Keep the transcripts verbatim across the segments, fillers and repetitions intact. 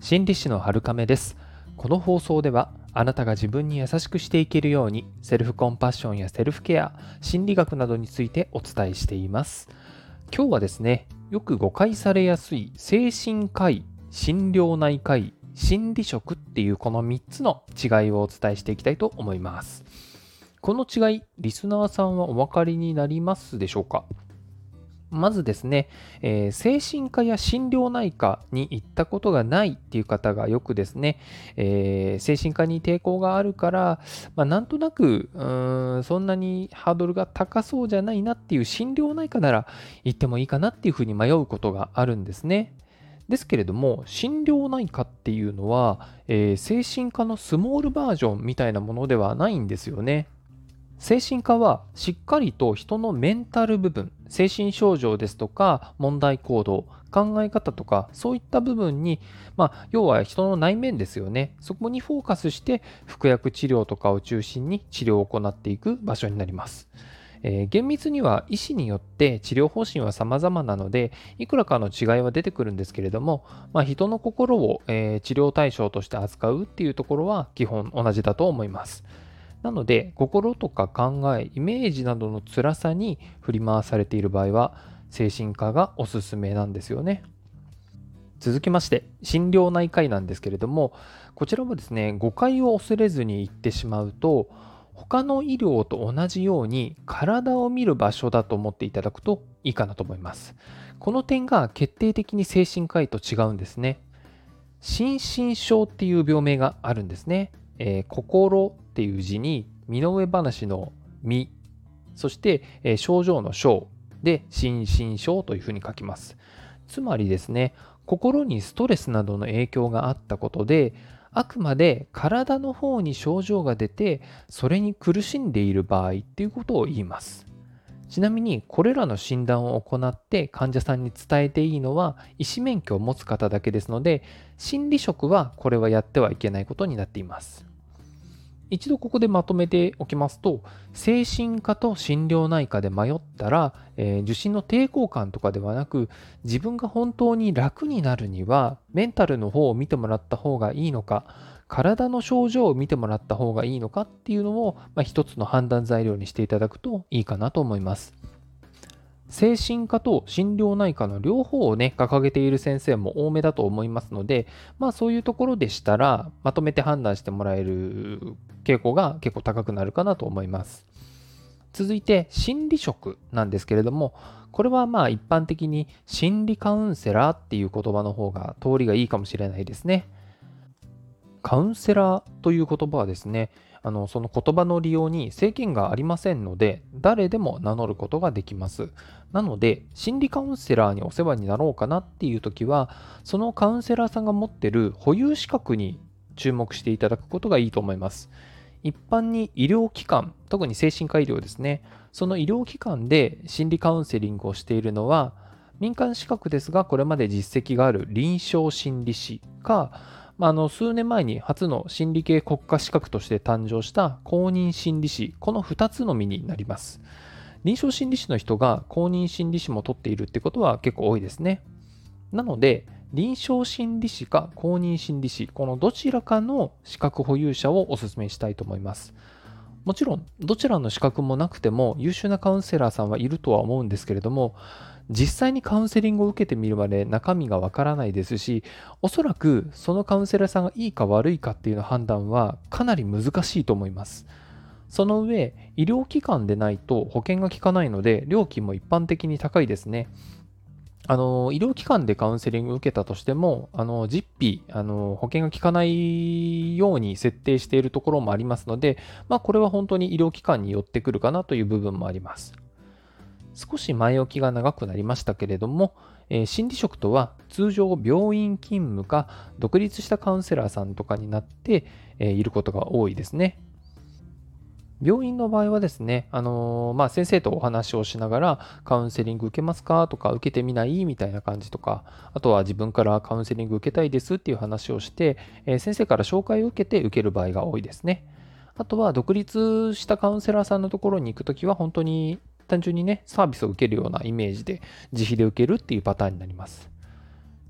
心理師の春亀です。この放送ではあなたが自分に優しくしていけるようにセルフコンパッションやセルフケア、心理学などについてお伝えしています。今日はですね、よく誤解されやすい精神科医、心療内科医、心理職っていうこのみっつの違いをお伝えしていきたいと思います。この違い、リスナーさんはお分かりになりますでしょうか？まずですね、えー精神科や心療内科に行ったことがないっていう方がよくですね、えー精神科に抵抗があるから、まあ、なんとなくうーんそんなにハードルが高そうじゃないなっていう心療内科なら行ってもいいかなっていうふうに迷うことがあるんですね。ですけれども、心療内科っていうのは、えー精神科のスモールバージョンみたいなものではないんですよね。精神科はしっかりと人のメンタル部分、精神症状ですとか問題行動、考え方とかそういった部分に、まあ、要は人の内面ですよね。そこにフォーカスして服薬治療とかを中心に治療を行っていく場所になります。えー厳密には医師によって治療方針は様々なので、いくらかの違いは出てくるんですけれども、まあ、人の心を、えー治療対象として扱うっていうところは基本同じだと思います。なので、心とか考え、イメージなどの辛さに振り回されている場合は、精神科がおすすめなんですよね。続きまして、心療内科医なんですけれども、こちらもですね、誤解を恐れずに言ってしまうと、他の医療と同じように体を見る場所だと思っていただくといいかなと思います。この点が決定的に精神科医と違うんですね。心身症っていう病名があるんですね。えー心っていう字に身の上話の身、そして、えー症状の症で心身症というふうに書きます。つまりですね、心にストレスなどの影響があったことで、あくまで体の方に症状が出て、それに苦しんでいる場合っていうことを言います。ちなみに、これらの診断を行って患者さんに伝えていいのは医師免許を持つ方だけですので、心理職はこれはやってはいけないことになっています。一度ここでまとめておきますと、精神科と心療内科で迷ったら、えー受診の抵抗感とかではなく、自分が本当に楽になるには、メンタルの方を見てもらった方がいいのか、体の症状を見てもらった方がいいのかっていうのを、まあ、一つの判断材料にしていただくといいかなと思います。精神科と心療内科の両方をね、掲げている先生も多めだと思いますので、まあそういうところでしたら、まとめて判断してもらえる傾向が結構高くなるかなと思います。続いて、心理職なんですけれども、これはまあ一般的に心理カウンセラーっていう言葉の方が通りがいいかもしれないですね。カウンセラーという言葉はですね、あのその言葉の利用に制限がありませんので、誰でも名乗ることができます。なので、心理カウンセラーにお世話になろうかなっていう時は、そのカウンセラーさんが持ってる保有資格に注目していただくことがいいと思います。一般に医療機関、特に精神科医療ですね、その医療機関で心理カウンセリングをしているのは、民間資格ですが、これまで実績がある臨床心理士か、まあ、あの数年前に初の心理系国家資格として誕生した公認心理士、このふたつのみになります。臨床心理士の人が公認心理士も取っているってことは結構多いですね。なので、臨床心理士か公認心理士、このどちらかの資格保有者をお勧めしたいと思います。もちろん、どちらの資格もなくても優秀なカウンセラーさんはいるとは思うんですけれども、実際にカウンセリングを受けてみるまで中身がわからないですし、おそらくそのカウンセラーさんがいいか悪いかっていうの判断はかなり難しいと思います。その上、医療機関でないと保険が効かないので、料金も一般的に高いですね。あの医療機関でカウンセリングを受けたとしても、あの実費あの、保険が効かないように設定しているところもありますので、まあ、これは本当に医療機関によってくるかなという部分もあります。少し前置きが長くなりましたけれども、えー心理職とは通常病院勤務か独立したカウンセラーさんとかになって、えーいることが多いですね。病院の場合はですね、あのーまあ、先生とお話をしながらカウンセリング受けますかとか受けてみないみたいな感じとか、あとは自分からカウンセリング受けたいですっていう話をして、えー先生から紹介を受けて受ける場合が多いですね。あとは独立したカウンセラーさんのところに行くときは本当に単純にね、サービスを受けるようなイメージで自費で受けるっていうパターンになります。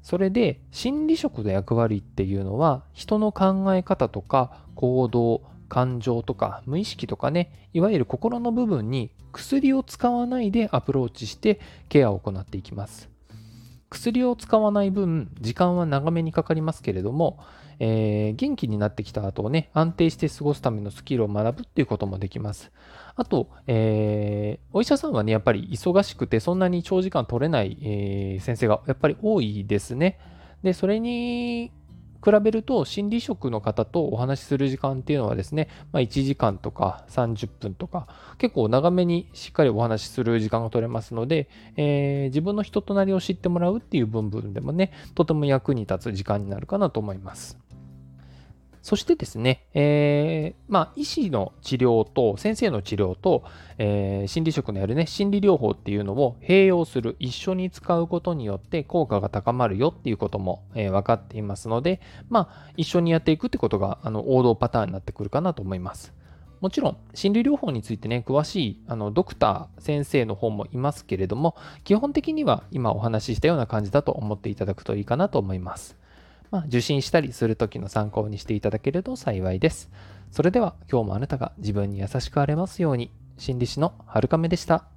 それで心理職の役割っていうのは人の考え方とか行動、感情とか無意識とかね、いわゆる心の部分に薬を使わないでアプローチしてケアを行っていきます。薬を使わない分、時間は長めにかかりますけれども、えー元気になってきた後をね、安定して過ごすためのスキルを学ぶっていうこともできます。あと、えーお医者さんはね、やっぱり忙しくて、そんなに長時間取れない、えー先生がやっぱり多いですね。で、それに比べると、心理職の方とお話しする時間っていうのはですね、まあ、いちじかんとかさんじゅっぷんとか、結構長めにしっかりお話しする時間が取れますので、えー自分の人となりを知ってもらうっていう部分でもね、とても役に立つ時間になるかなと思います。そしてですね、えーまあ、医師の治療と先生の治療と、えー心理職のやるね、心理療法っていうのを併用する、一緒に使うことによって効果が高まるよっていうことも、えー分かっていますので、まあ、一緒にやっていくってことがあの王道パターンになってくるかなと思います。もちろん、心理療法についてね、詳しいあのドクター、先生の方もいますけれども、基本的には今お話ししたような感じだと思っていただくといいかなと思います。まあ、受診したりするときの参考にしていただけると幸いです。それでは今日もあなたが自分に優しくあれますように。心理師のはるかめでした。